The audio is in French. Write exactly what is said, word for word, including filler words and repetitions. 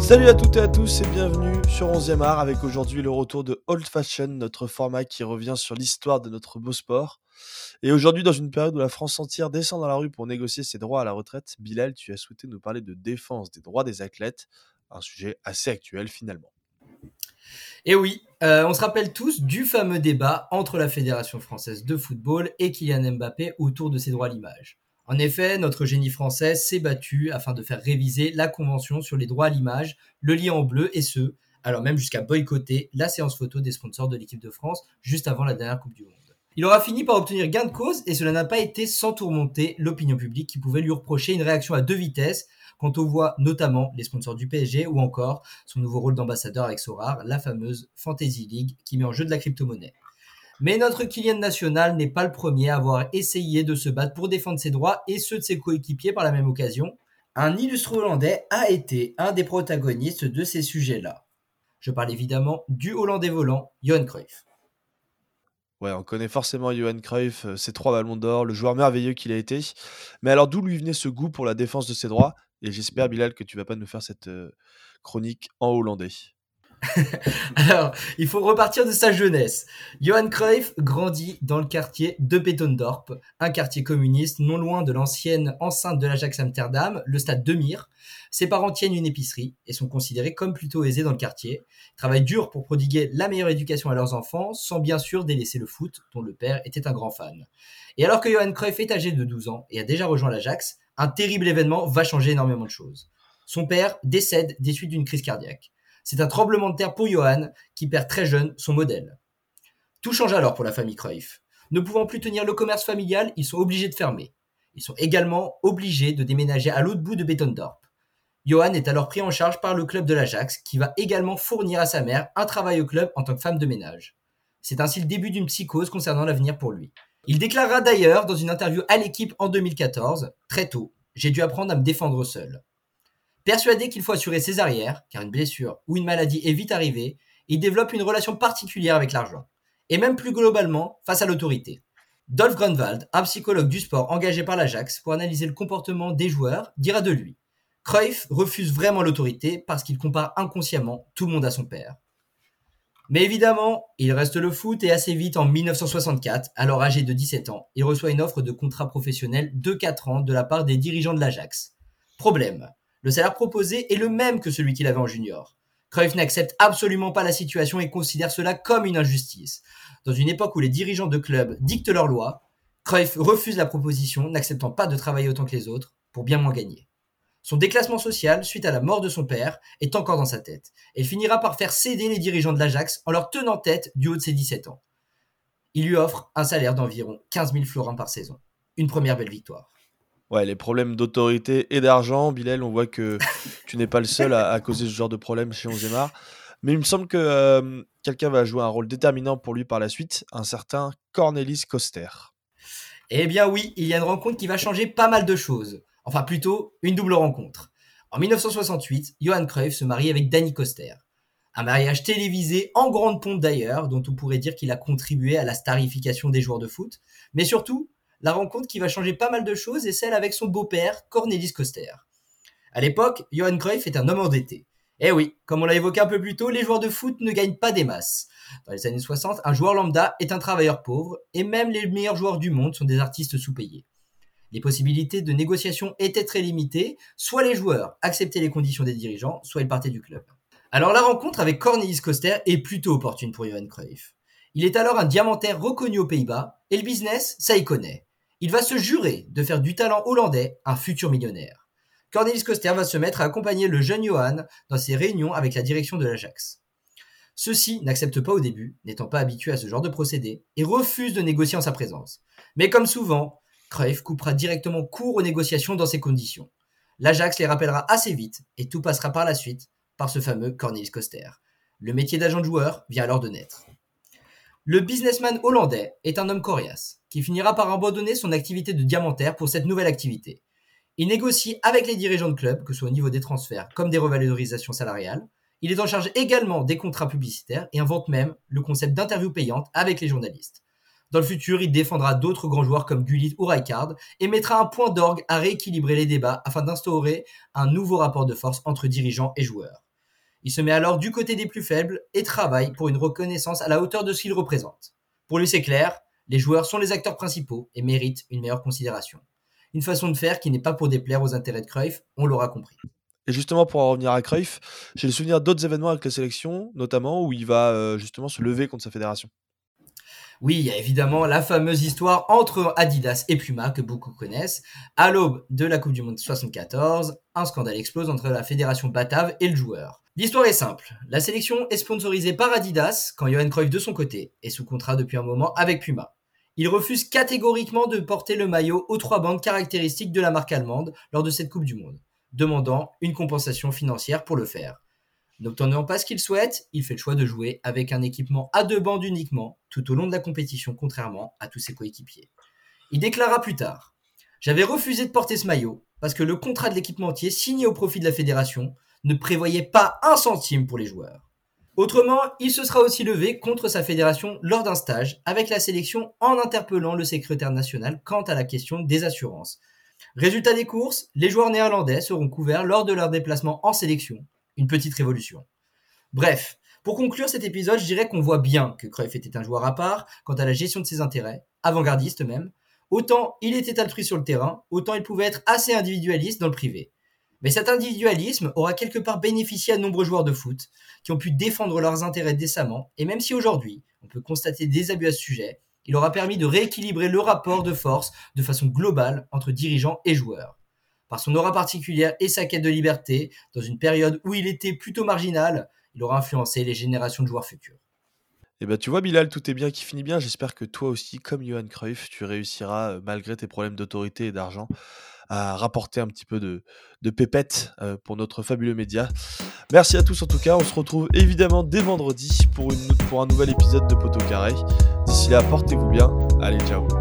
Salut à toutes et à tous et bienvenue sur onzième art avec aujourd'hui le retour de Old Fashion, notre format qui revient sur l'histoire de notre beau sport. Et aujourd'hui, dans une période où la France entière descend dans la rue pour négocier ses droits à la retraite, Bilal, tu as souhaité nous parler de défense des droits des athlètes, un sujet assez actuel finalement. Et oui, euh, on se rappelle tous du fameux débat entre la Fédération française de football et Kylian Mbappé autour de ses droits à l'image. En effet, notre génie français s'est battu afin de faire réviser la convention sur les droits à l'image, le lien en bleu et ce, alors même jusqu'à boycotter la séance photo des sponsors de l'équipe de France juste avant la dernière Coupe du Monde. Il aura fini par obtenir gain de cause et cela n'a pas été sans tourmenter l'opinion publique qui pouvait lui reprocher une réaction à deux vitesses quand on voit notamment les sponsors du P S G ou encore son nouveau rôle d'ambassadeur avec Sorare, la fameuse Fantasy League qui met en jeu de la crypto-monnaie. Mais notre Kylian national n'est pas le premier à avoir essayé de se battre pour défendre ses droits et ceux de ses coéquipiers par la même occasion. Un illustre hollandais a été un des protagonistes de ces sujets-là. Je parle évidemment du hollandais volant, Johan Cruyff. Ouais, on connaît forcément Johan Cruyff, euh, ses trois ballons d'or, le joueur merveilleux qu'il a été. Mais alors d'où lui venait ce goût pour la défense de ses droits? Et j'espère, Bilal, que tu vas pas nous faire cette euh, chronique en hollandais. Alors, il faut repartir de sa jeunesse. Johan Cruyff grandit dans le quartier de Bettendorp, un quartier communiste non loin de l'ancienne enceinte de l'Ajax Amsterdam, le stade de Mir. Ses parents tiennent une épicerie et sont considérés comme plutôt aisés dans le quartier. Ils travaillent dur pour prodiguer la meilleure éducation à leurs enfants, sans bien sûr délaisser le foot, dont le père était un grand fan. Et alors que Johan Cruyff est âgé de douze ans et a déjà rejoint l'Ajax, un terrible événement va changer énormément de choses. Son père décède des suites d'une crise cardiaque. C'est un tremblement de terre pour Johan, qui perd très jeune son modèle. Tout change alors pour la famille Cruyff. Ne pouvant plus tenir le commerce familial, ils sont obligés de fermer. Ils sont également obligés de déménager à l'autre bout de Bettendorp. Johan est alors pris en charge par le club de l'Ajax, qui va également fournir à sa mère un travail au club en tant que femme de ménage. C'est ainsi le début d'une psychose concernant l'avenir pour lui. Il déclarera d'ailleurs dans une interview à l'équipe en deux mille quatorze, très tôt, « J'ai dû apprendre à me défendre seul ». Persuadé qu'il faut assurer ses arrières, car une blessure ou une maladie est vite arrivée, il développe une relation particulière avec l'argent, et même plus globalement face à l'autorité. Dolf Grunwald, un psychologue du sport engagé par l'Ajax pour analyser le comportement des joueurs, dira de lui « Cruyff refuse vraiment l'autorité parce qu'il compare inconsciemment tout le monde à son père ». Mais évidemment, il reste le foot et assez vite en dix-neuf cent soixante-quatre, alors âgé de dix-sept ans, il reçoit une offre de contrat professionnel de quatre ans de la part des dirigeants de l'Ajax. Problème. Le salaire proposé est le même que celui qu'il avait en junior. Cruyff n'accepte absolument pas la situation et considère cela comme une injustice. Dans une époque où les dirigeants de clubs dictent leurs lois, Cruyff refuse la proposition, n'acceptant pas de travailler autant que les autres pour bien moins gagner. Son déclassement social, suite à la mort de son père, est encore dans sa tête. Et il finira par faire céder les dirigeants de l'Ajax en leur tenant tête du haut de ses dix-sept ans. Il lui offre un salaire d'environ quinze mille florins par saison. Une première belle victoire. Ouais, les problèmes d'autorité et d'argent, Bilal, on voit que tu n'es pas le seul à, à causer ce genre de problème chez onzième art. Mais il me semble que euh, quelqu'un va jouer un rôle déterminant pour lui par la suite, un certain Cornelis Koster. Eh bien oui, il y a une rencontre qui va changer pas mal de choses. Enfin plutôt, une double rencontre. En dix-neuf cent soixante-huit, Johan Cruyff se marie avec Dani Koster. Un mariage télévisé en grande pompe d'ailleurs, dont on pourrait dire qu'il a contribué à la starification des joueurs de foot. Mais surtout, la rencontre qui va changer pas mal de choses est celle avec son beau-père, Cornelis Koster. À l'époque, Johan Cruyff est un homme endetté. Eh oui, comme on l'a évoqué un peu plus tôt, les joueurs de foot ne gagnent pas des masses. Dans les années soixante, un joueur lambda est un travailleur pauvre, et même les meilleurs joueurs du monde sont des artistes sous-payés. Les possibilités de négociation étaient très limitées, soit les joueurs acceptaient les conditions des dirigeants, soit ils partaient du club. Alors la rencontre avec Cornelis Koster est plutôt opportune pour Johan Cruyff. Il est alors un diamantaire reconnu aux Pays-Bas, et le business, ça y connaît. Il va se jurer de faire du talent hollandais un futur millionnaire. Cornelis Koster va se mettre à accompagner le jeune Johan dans ses réunions avec la direction de l'Ajax. Ceux-ci n'acceptent pas au début, n'étant pas habitués à ce genre de procédé, et refusent de négocier en sa présence. Mais comme souvent, Cruyff coupera directement court aux négociations dans ces conditions. L'Ajax les rappellera assez vite, et tout passera par la suite par ce fameux Cornelis Koster. Le métier d'agent de joueur vient alors de naître. Le businessman hollandais est un homme coriace, qui finira par abandonner son activité de diamantaire pour cette nouvelle activité. Il négocie avec les dirigeants de club, que ce soit au niveau des transferts comme des revalorisations salariales. Il est en charge également des contrats publicitaires et invente même le concept d'interview payante avec les journalistes. Dans le futur, il défendra d'autres grands joueurs comme Gullit ou Rijkaard et mettra un point d'orgue à rééquilibrer les débats afin d'instaurer un nouveau rapport de force entre dirigeants et joueurs. Il se met alors du côté des plus faibles et travaille pour une reconnaissance à la hauteur de ce qu'il représente. Pour lui, c'est clair, les joueurs sont les acteurs principaux et méritent une meilleure considération. Une façon de faire qui n'est pas pour déplaire aux intérêts de Cruyff, on l'aura compris. Et justement, pour en revenir à Cruyff, j'ai le souvenir d'autres événements avec la sélection, notamment où il va euh, justement se lever contre sa fédération. Oui, il y a évidemment la fameuse histoire entre Adidas et Puma que beaucoup connaissent. À l'aube de la Coupe du Monde soixante-quatorze, un scandale explose entre la fédération batave et le joueur. L'histoire est simple. La sélection est sponsorisée par Adidas quand Johan Cruyff de son côté est sous contrat depuis un moment avec Puma. Il refuse catégoriquement de porter le maillot aux trois bandes caractéristiques de la marque allemande lors de cette Coupe du Monde, demandant une compensation financière pour le faire. N'obtenant pas ce qu'il souhaite, il fait le choix de jouer avec un équipement à deux bandes uniquement tout au long de la compétition, contrairement à tous ses coéquipiers. Il déclara plus tard « J'avais refusé de porter ce maillot parce que le contrat de l'équipementier signé au profit de la fédération ne prévoyait pas un centime pour les joueurs. » Autrement, il se sera aussi levé contre sa fédération lors d'un stage avec la sélection en interpellant le secrétaire national quant à la question des assurances. Résultat des courses, les joueurs néerlandais seront couverts lors de leur déplacement en sélection. Une petite révolution. Bref, pour conclure cet épisode, je dirais qu'on voit bien que Cruyff était un joueur à part quant à la gestion de ses intérêts, avant-gardiste même. Autant il était altruiste sur le terrain, autant il pouvait être assez individualiste dans le privé. Mais cet individualisme aura quelque part bénéficié à de nombreux joueurs de foot qui ont pu défendre leurs intérêts décemment, et même si aujourd'hui on peut constater des abus à ce sujet, il aura permis de rééquilibrer le rapport de force de façon globale entre dirigeants et joueurs. Par son aura particulière et sa quête de liberté, dans une période où il était plutôt marginal, il aura influencé les générations de joueurs futurs. Et bah tu vois Bilal, tout est bien qui finit bien. J'espère que toi aussi, comme Johan Cruyff, tu réussiras, euh, malgré tes problèmes d'autorité et d'argent, à rapporter un petit peu de, de pépettes euh, pour notre fabuleux média. Merci à tous en tout cas. On se retrouve évidemment dès vendredi pour, une, pour un nouvel épisode de Poteau Carré. D'ici là, portez-vous bien. Allez, ciao.